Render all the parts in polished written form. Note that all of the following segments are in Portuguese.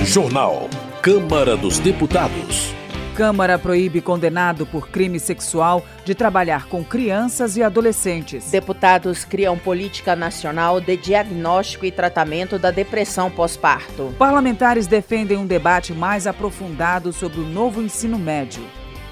Jornal. Câmara dos Deputados. Câmara proíbe condenado por crime sexual de trabalhar com crianças e adolescentes. Deputados criam política nacional de diagnóstico e tratamento da depressão pós-parto. Parlamentares defendem um debate mais aprofundado sobre o novo ensino médio.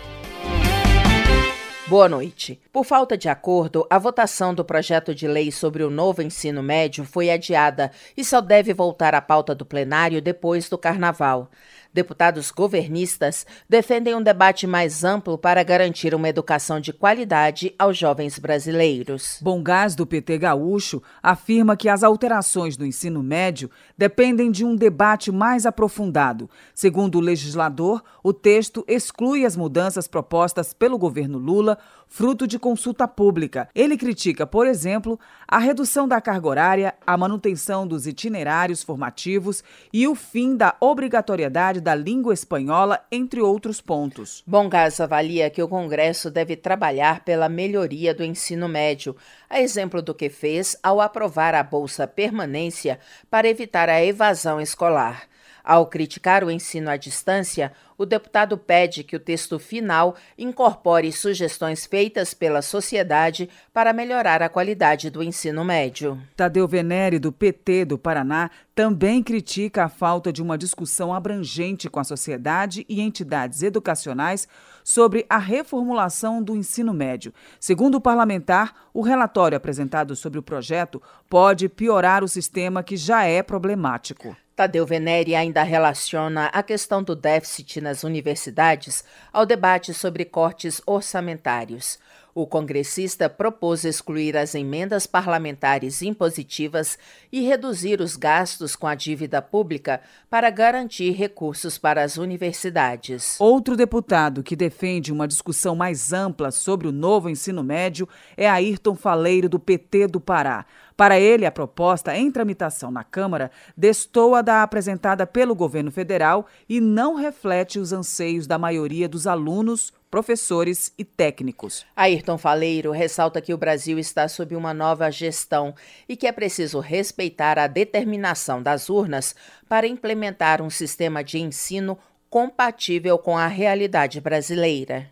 Boa noite. Por falta de acordo, a votação do projeto de lei sobre o novo ensino médio foi adiada e só deve voltar à pauta do plenário depois do Carnaval. Deputados governistas defendem um debate mais amplo para garantir uma educação de qualidade aos jovens brasileiros. Bom Gás, do PT gaúcho, afirma que as alterações do ensino médio dependem de um debate mais aprofundado. Segundo o legislador, o texto exclui as mudanças propostas pelo governo Lula, fruto de consulta pública. Ele critica, por exemplo, a redução da carga horária, a manutenção dos itinerários formativos e o fim da obrigatoriedade da língua espanhola, entre outros pontos. Bom Gás avalia que o Congresso deve trabalhar pela melhoria do ensino médio, a exemplo do que fez ao aprovar a Bolsa Permanência para evitar a evasão escolar. Ao criticar o ensino à distância, o deputado pede que o texto final incorpore sugestões feitas pela sociedade para melhorar a qualidade do ensino médio. Tadeu Venere, do PT do Paraná, também critica a falta de uma discussão abrangente com a sociedade e entidades educacionais sobre a reformulação do ensino médio. Segundo o parlamentar, o relatório apresentado sobre o projeto pode piorar o sistema que já é problemático. Tadeu Venere ainda relaciona a questão do déficit nas universidades ao debate sobre cortes orçamentários. O congressista propôs excluir as emendas parlamentares impositivas e reduzir os gastos com a dívida pública para garantir recursos para as universidades. Outro deputado que defende uma discussão mais ampla sobre o novo ensino médio é Ayrton Faleiro, do PT do Pará. Para ele, a proposta em tramitação na Câmara destoa da apresentada pelo governo federal e não reflete os anseios da maioria dos alunos, professores e técnicos. Ayrton Faleiro ressalta que o Brasil está sob uma nova gestão e que é preciso respeitar a determinação das urnas para implementar um sistema de ensino compatível com a realidade brasileira.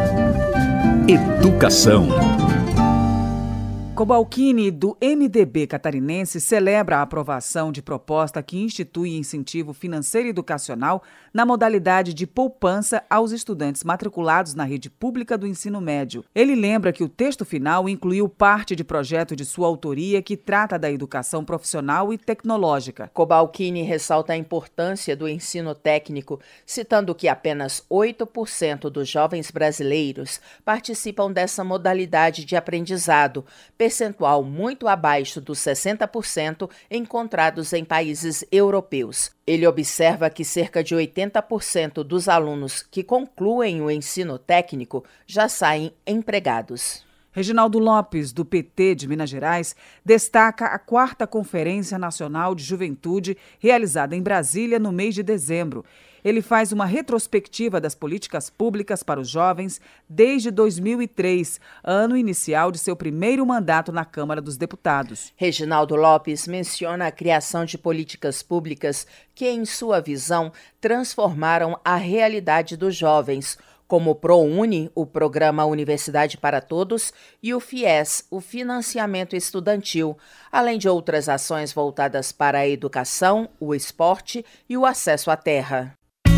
Educação. Cobalcini, do MDB catarinense, celebra a aprovação de proposta que institui incentivo financeiro educacional na modalidade de poupança aos estudantes matriculados na rede pública do ensino médio. Ele lembra que o texto final incluiu parte de projeto de sua autoria que trata da educação profissional e tecnológica. Cobalcini ressalta a importância do ensino técnico, citando que apenas 8% dos jovens brasileiros participam dessa modalidade de aprendizado, percentual muito abaixo dos 60% encontrados em países europeus. Ele observa que cerca de 80% dos alunos que concluem o ensino técnico já saem empregados. Reginaldo Lopes, do PT de Minas Gerais, destaca a 4ª Conferência Nacional de Juventude realizada em Brasília no mês de dezembro. Ele faz uma retrospectiva das políticas públicas para os jovens desde 2003, ano inicial de seu primeiro mandato na Câmara dos Deputados. Reginaldo Lopes menciona a criação de políticas públicas que, em sua visão, transformaram a realidade dos jovens, como o ProUni, o Programa Universidade para Todos, e o FIES, o Financiamento Estudantil, além de outras ações voltadas para a educação, o esporte e o acesso à terra.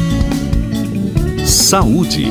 Saúde.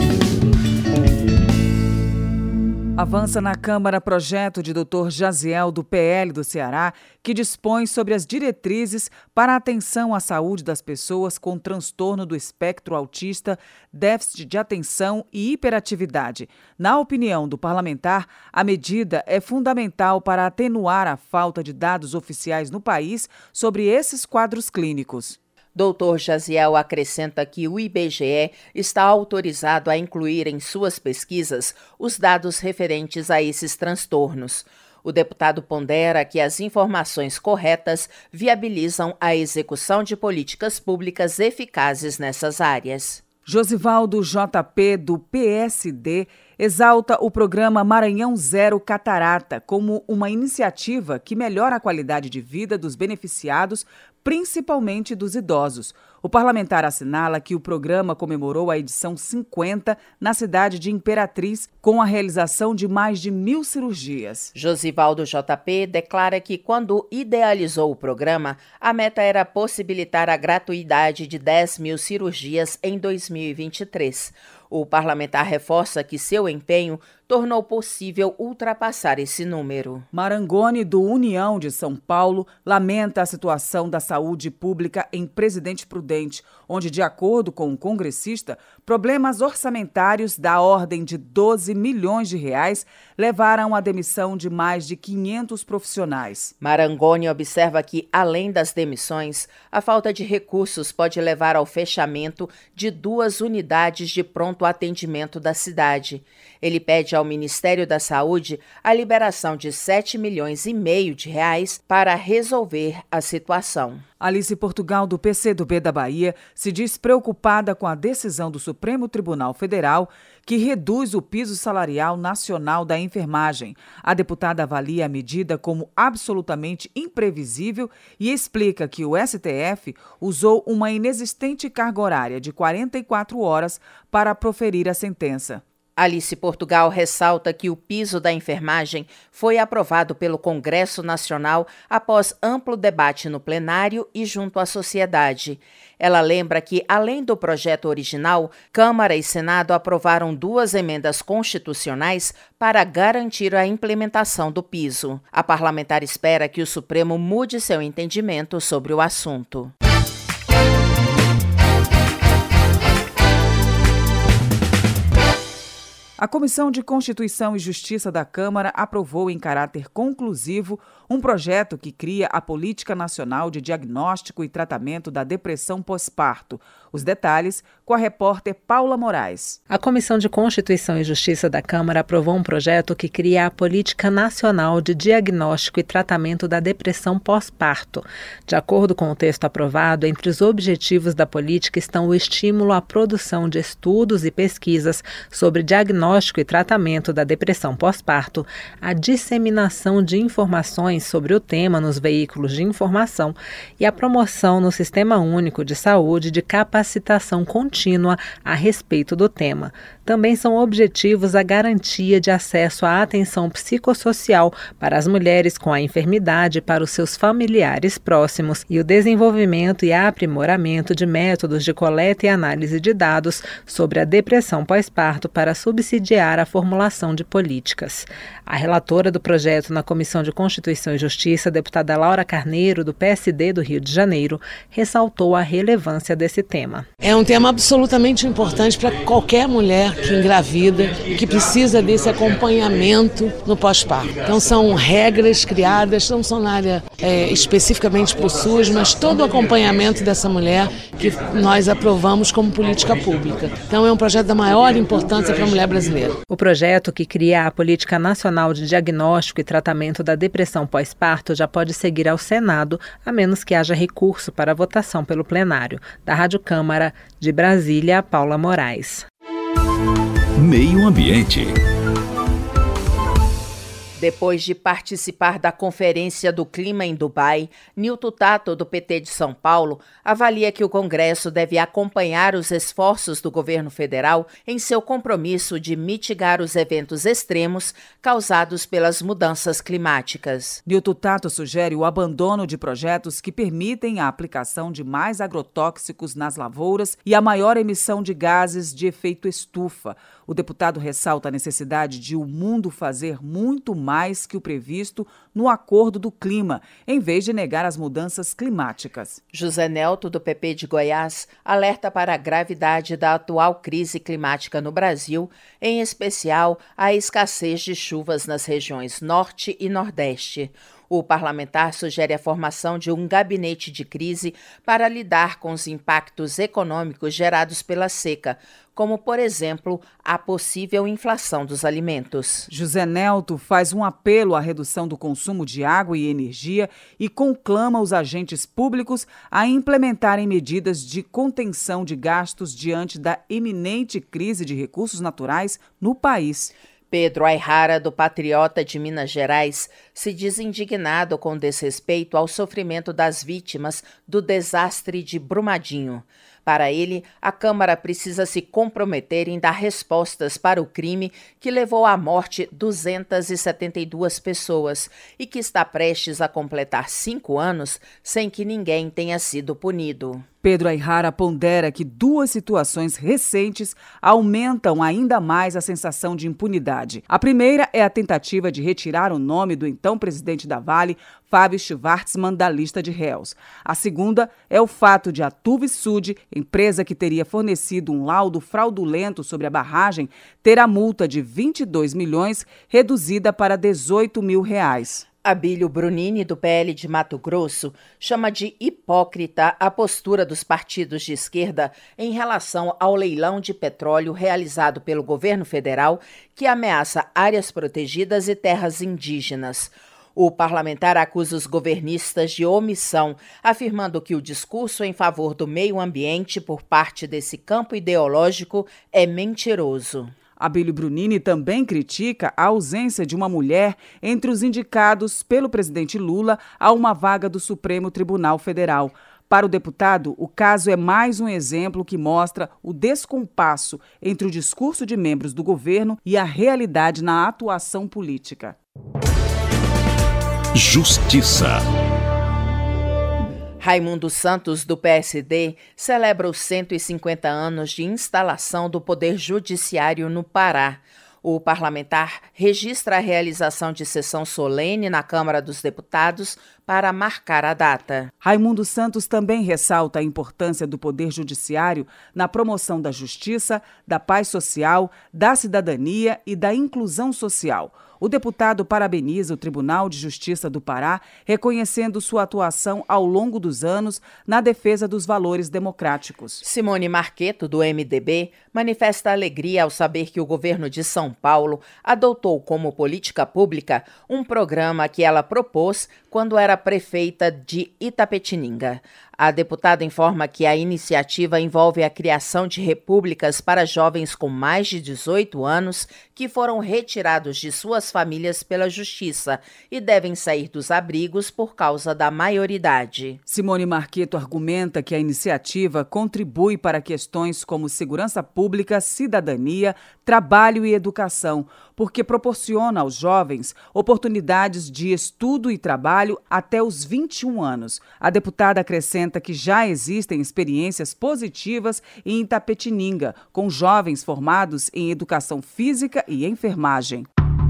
Avança na Câmara projeto de Dr. Jaziel, do PL do Ceará, que dispõe sobre as diretrizes para a atenção à saúde das pessoas com transtorno do espectro autista, déficit de atenção e hiperatividade. Na opinião do parlamentar, a medida é fundamental para atenuar a falta de dados oficiais no país sobre esses quadros clínicos. Dr. Jaziel acrescenta que o IBGE está autorizado a incluir em suas pesquisas os dados referentes a esses transtornos. O deputado pondera que as informações corretas viabilizam a execução de políticas públicas eficazes nessas áreas. Josivaldo JP, do PSD, exalta o programa Maranhão Zero Catarata como uma iniciativa que melhora a qualidade de vida dos beneficiados, principalmente dos idosos. O parlamentar assinala que o programa comemorou a edição 50 na cidade de Imperatriz, com a realização de mais de 1.000 cirurgias. Josivaldo JP declara que, quando idealizou o programa, a meta era possibilitar a gratuidade de 10.000 cirurgias em 2023. O parlamentar reforça que seu empenho tornou possível ultrapassar esse número. Marangoni, do União de São Paulo, lamenta a situação da saúde pública em Presidente Prudente, onde, de acordo com o congressista, problemas orçamentários da ordem de 12 milhões de reais levaram à demissão de mais de 500 profissionais. Marangoni observa que, além das demissões, a falta de recursos pode levar ao fechamento de 2 unidades de pronto atendimento da cidade. Ele pede ao Ministério da Saúde a liberação de 7,5 milhões de reais para resolver a situação. Alice Portugal, do PCdoB da Bahia, se diz preocupada com a decisão do Supremo Tribunal Federal que reduz o piso salarial nacional da enfermagem. A deputada avalia a medida como absolutamente imprevisível e explica que o STF usou uma inexistente carga horária de 44 horas para proferir a sentença. Alice Portugal ressalta que o piso da enfermagem foi aprovado pelo Congresso Nacional após amplo debate no plenário e junto à sociedade. Ela lembra que, além do projeto original, Câmara e Senado aprovaram 2 emendas constitucionais para garantir a implementação do piso. A parlamentar espera que o Supremo mude seu entendimento sobre o assunto. A Comissão de Constituição e Justiça da Câmara aprovou em caráter conclusivo um projeto que cria a Política Nacional de Diagnóstico e Tratamento da Depressão Pós-Parto. Os detalhes com a repórter Paula Moraes. A Comissão de Constituição e Justiça da Câmara aprovou um projeto que cria a Política Nacional de Diagnóstico e Tratamento da Depressão Pós-Parto. De acordo com o texto aprovado, entre os objetivos da política estão o estímulo à produção de estudos e pesquisas sobre diagnóstico e tratamento da depressão pós-parto, a disseminação de informações sobre o tema nos veículos de informação e a promoção no Sistema Único de Saúde de capacitação contínua a respeito do tema. Também são objetivos a garantia de acesso à atenção psicossocial para as mulheres com a enfermidade e para os seus familiares próximos e o desenvolvimento e aprimoramento de métodos de coleta e análise de dados sobre a depressão pós-parto para subsidiar a formulação de políticas. A relatora do projeto na Comissão de Constituição e Justiça, deputada Laura Carneiro, do PSD do Rio de Janeiro, ressaltou a relevância desse tema. É um tema absolutamente importante para qualquer mulher que engravida e que precisa desse acompanhamento no pós-parto. Então são regras criadas, não são na área especificamente para o SUS, mas todo o acompanhamento dessa mulher que nós aprovamos como política pública. Então é um projeto da maior importância para a mulher brasileira. O projeto que cria a Política Nacional de Diagnóstico e Tratamento da Depressão Pós-Parto já pode seguir ao Senado, a menos que haja recurso para votação pelo plenário. Da Rádio Câmara, de Brasília, Paula Moraes. Meio Ambiente. Depois de participar da Conferência do Clima em Dubai, Nilton Tato, do PT de São Paulo, avalia que o Congresso deve acompanhar os esforços do governo federal em seu compromisso de mitigar os eventos extremos causados pelas mudanças climáticas. Nilton Tato sugere o abandono de projetos que permitem a aplicação de mais agrotóxicos nas lavouras e a maior emissão de gases de efeito estufa. O deputado ressalta a necessidade de o mundo fazer muito mais que o previsto no Acordo do Clima, em vez de negar as mudanças climáticas. José Nelto, do PP de Goiás, alerta para a gravidade da atual crise climática no Brasil, em especial a escassez de chuvas nas regiões Norte e Nordeste. O parlamentar sugere a formação de um gabinete de crise para lidar com os impactos econômicos gerados pela seca, como, por exemplo, a possível inflação dos alimentos. José Nelto faz um apelo à redução do consumo de água e energia e conclama os agentes públicos a implementarem medidas de contenção de gastos diante da iminente crise de recursos naturais no país. Pedro Ayrara, do Patriota de Minas Gerais, se diz indignado com desrespeito ao sofrimento das vítimas do desastre de Brumadinho. Para ele, a Câmara precisa se comprometer em dar respostas para o crime que levou à morte 272 pessoas e que está prestes a completar 5 anos sem que ninguém tenha sido punido. Pedro Ayrara pondera que 2 situações recentes aumentam ainda mais a sensação de impunidade. A primeira é a tentativa de retirar o nome do então presidente da Vale, Fábio Schvartzman, da lista de réus. A segunda é o fato de a Tuvisud, empresa que teria fornecido um laudo fraudulento sobre a barragem, ter a multa de 22 milhões reduzida para R$18 mil. Abílio Brunini, do PL de Mato Grosso, chama de hipócrita a postura dos partidos de esquerda em relação ao leilão de petróleo realizado pelo governo federal, que ameaça áreas protegidas e terras indígenas. O parlamentar acusa os governistas de omissão, afirmando que o discurso em favor do meio ambiente por parte desse campo ideológico é mentiroso. Abílio Brunini também critica a ausência de uma mulher entre os indicados pelo presidente Lula a uma vaga do Supremo Tribunal Federal. Para o deputado, o caso é mais um exemplo que mostra o descompasso entre o discurso de membros do governo e a realidade na atuação política. Justiça. Raimundo Santos, do PSD, celebra os 150 anos de instalação do Poder Judiciário no Pará. O parlamentar registra a realização de sessão solene na Câmara dos Deputados para marcar a data. Raimundo Santos também ressalta a importância do Poder Judiciário na promoção da justiça, da paz social, da cidadania e da inclusão social. O deputado parabeniza o Tribunal de Justiça do Pará, reconhecendo sua atuação ao longo dos anos na defesa dos valores democráticos. Simone Marqueto, do MDB, manifesta alegria ao saber que o governo de São Paulo adotou como política pública um programa que ela propôs quando era prefeita de Itapetininga. A deputada informa que a iniciativa envolve a criação de repúblicas para jovens com mais de 18 anos que foram retirados de suas famílias pela justiça e devem sair dos abrigos por causa da maioridade. Simone Marqueto argumenta que a iniciativa contribui para questões como segurança pública, cidadania, trabalho e educação, porque proporciona aos jovens oportunidades de estudo e trabalho até os 21 anos. A deputada acrescenta que já existem experiências positivas em Itapetininga, com jovens formados em educação física e enfermagem.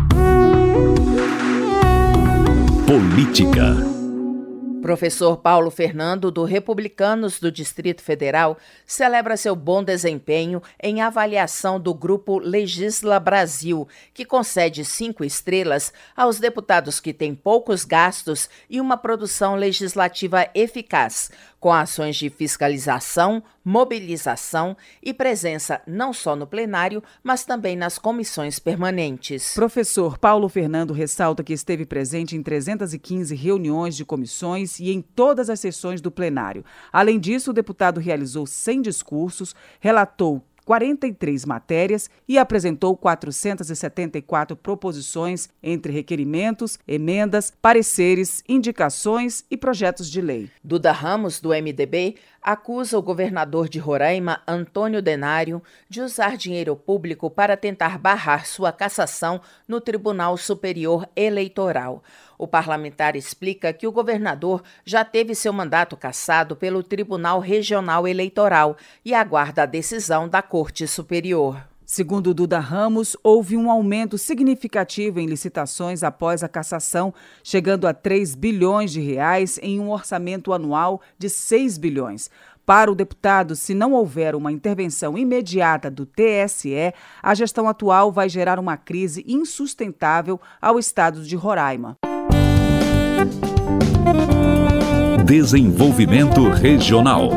Política. Professor Paulo Fernando, do Republicanos do Distrito Federal, celebra seu bom desempenho em avaliação do Grupo Legisla Brasil, que concede 5 estrelas aos deputados que têm poucos gastos e uma produção legislativa eficaz, com ações de fiscalização, mobilização e presença não só no plenário, mas também nas comissões permanentes. Professor Paulo Fernando ressalta que esteve presente em 315 reuniões de comissões e em todas as sessões do plenário. Além disso, o deputado realizou 100 discursos, relatou 43 matérias e apresentou 474 proposições entre requerimentos, emendas, pareceres, indicações e projetos de lei. Duda Ramos, do MDB, acusa o governador de Roraima, Antônio Denário, de usar dinheiro público para tentar barrar sua cassação no Tribunal Superior Eleitoral. O parlamentar explica que o governador já teve seu mandato cassado pelo Tribunal Regional Eleitoral e aguarda a decisão da Corte Superior. Segundo Duda Ramos, houve um aumento significativo em licitações após a cassação, chegando a 3 bilhões de reais em um orçamento anual de 6 bilhões. Para o deputado, se não houver uma intervenção imediata do TSE, a gestão atual vai gerar uma crise insustentável ao estado de Roraima. Desenvolvimento Regional.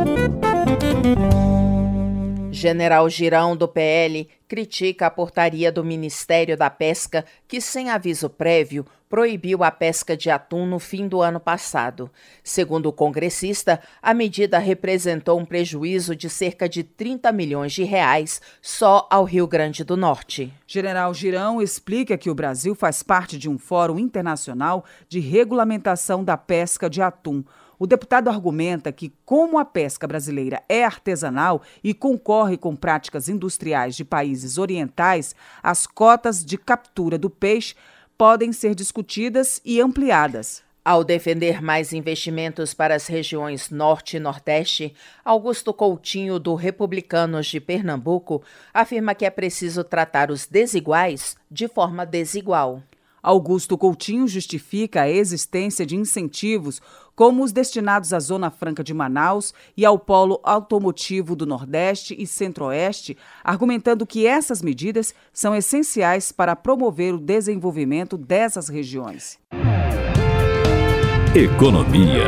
General Girão, do PL, critica a portaria do Ministério da Pesca que, sem aviso prévio, proibiu a pesca de atum no fim do ano passado. Segundo o congressista, a medida representou um prejuízo de cerca de 30 milhões de reais só ao Rio Grande do Norte. General Girão explica que o Brasil faz parte de um fórum internacional de regulamentação da pesca de atum. O deputado argumenta que, como a pesca brasileira é artesanal e concorre com práticas industriais de países orientais, as cotas de captura do peixe podem ser discutidas e ampliadas. Ao defender mais investimentos para as regiões Norte e Nordeste, Augusto Coutinho, do Republicanos de Pernambuco, afirma que é preciso tratar os desiguais de forma desigual. Augusto Coutinho justifica a existência de incentivos como os destinados à Zona Franca de Manaus e ao Polo Automotivo do Nordeste e Centro-Oeste, argumentando que essas medidas são essenciais para promover o desenvolvimento dessas regiões. Economia.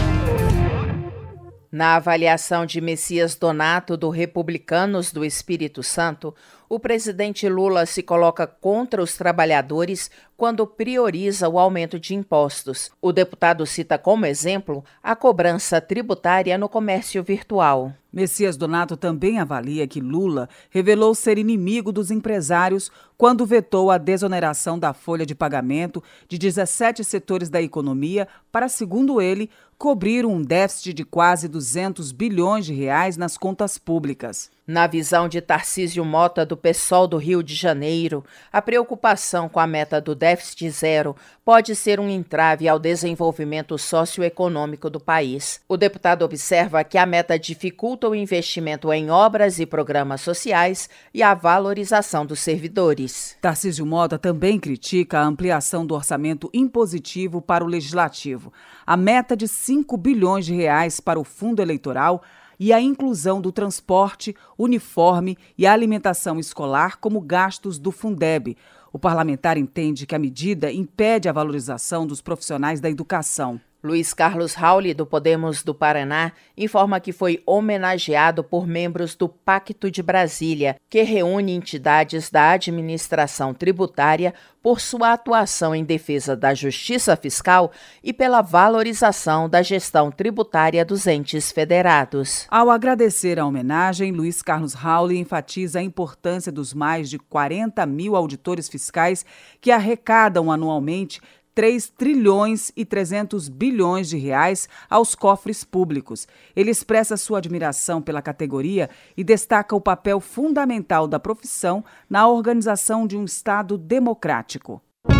Na avaliação de Messias Donato, do Republicanos do Espírito Santo, o presidente Lula se coloca contra os trabalhadores quando prioriza o aumento de impostos. O deputado cita como exemplo a cobrança tributária no comércio virtual. Messias Donato também avalia que Lula revelou ser inimigo dos empresários quando vetou a desoneração da folha de pagamento de 17 setores da economia para, segundo ele, cobrir um déficit de quase 200 bilhões de reais nas contas públicas. Na visão de Tarcísio Mota, do PSOL do Rio de Janeiro, a preocupação com a meta do déficit zero pode ser um entrave ao desenvolvimento socioeconômico do país. O deputado observa que a meta dificulta o investimento em obras e programas sociais e a valorização dos servidores. Tarcísio Mota também critica a ampliação do orçamento impositivo para o Legislativo, a meta de 5 bilhões de reais para o fundo eleitoral e a inclusão do transporte, uniforme e alimentação escolar como gastos do Fundeb. O parlamentar entende que a medida impede a valorização dos profissionais da educação. Luiz Carlos Rauli, do Podemos do Paraná, informa que foi homenageado por membros do Pacto de Brasília, que reúne entidades da administração tributária por sua atuação em defesa da justiça fiscal e pela valorização da gestão tributária dos entes federados. Ao agradecer a homenagem, Luiz Carlos Rauli enfatiza a importância dos mais de 40 mil auditores fiscais que arrecadam anualmente 3 trilhões e 300 bilhões de reais aos cofres públicos. Ele expressa sua admiração pela categoria e destaca o papel fundamental da profissão na organização de um Estado democrático.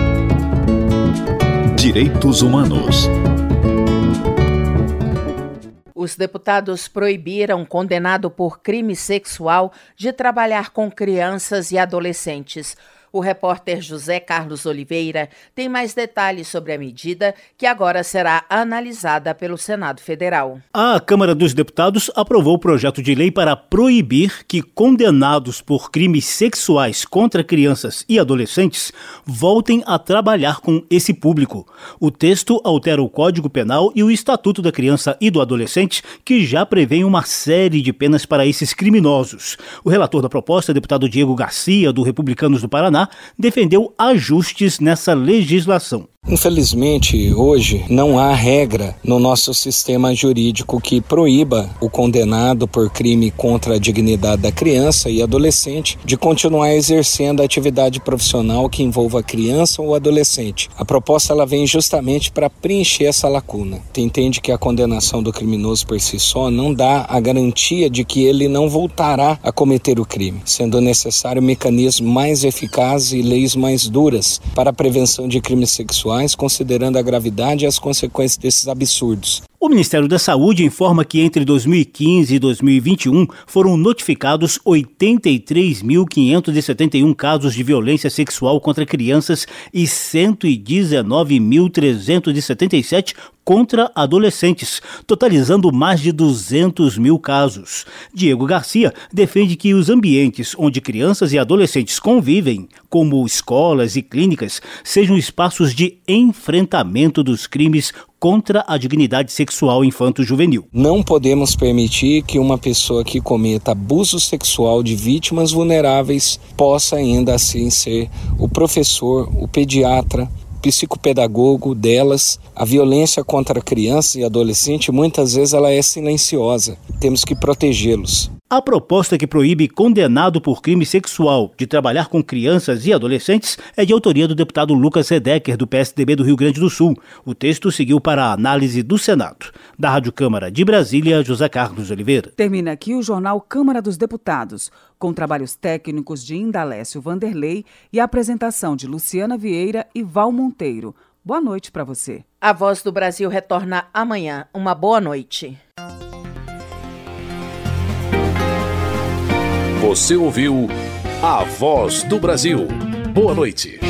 Direitos Humanos. Os deputados proibiram condenado por crime sexual de trabalhar com crianças e adolescentes. O repórter José Carlos Oliveira tem mais detalhes sobre a medida, que agora será analisada pelo Senado Federal. A Câmara dos Deputados aprovou o projeto de lei para proibir que condenados por crimes sexuais contra crianças e adolescentes voltem a trabalhar com esse público. O texto altera o Código Penal e o Estatuto da Criança e do Adolescente, que já prevêem uma série de penas para esses criminosos. O relator da proposta, deputado Diego Garcia, do Republicanos do Paraná, defendeu ajustes nessa legislação. Infelizmente, hoje não há regra no nosso sistema jurídico que proíba o condenado por crime contra a dignidade da criança e adolescente de continuar exercendo a atividade profissional que envolva a criança ou adolescente. A proposta ela vem justamente para preencher essa lacuna. Entende que a condenação do criminoso por si só não dá a garantia de que ele não voltará a cometer o crime, sendo necessário mecanismos mais eficazes e leis mais duras para a prevenção de crimes sexuais, considerando a gravidade e as consequências desses absurdos. O Ministério da Saúde informa que entre 2015 e 2021 foram notificados 83.571 casos de violência sexual contra crianças e 119.377 contra adolescentes, totalizando mais de 200 mil casos. Diego Garcia defende que os ambientes onde crianças e adolescentes convivem, como escolas e clínicas, sejam espaços de enfrentamento dos crimes contra a dignidade sexual infanto-juvenil. Não podemos permitir que uma pessoa que cometa abuso sexual de vítimas vulneráveis possa ainda assim ser o professor, o pediatra, psicopedagogo delas. A violência contra crianças e adolescentes muitas vezes ela é silenciosa. Temos que protegê-los. A proposta que proíbe condenado por crime sexual de trabalhar com crianças e adolescentes é de autoria do deputado Lucas Redecker, do PSDB do Rio Grande do Sul. O texto seguiu para a análise do Senado. Da Rádio Câmara de Brasília, José Carlos Oliveira. Termina aqui o Jornal Câmara dos Deputados, com trabalhos técnicos de Indalécio Vanderlei e a apresentação de Luciana Vieira e Val Monteiro. Boa noite para você. A Voz do Brasil retorna amanhã. Uma boa noite. Você ouviu A Voz do Brasil. Boa noite.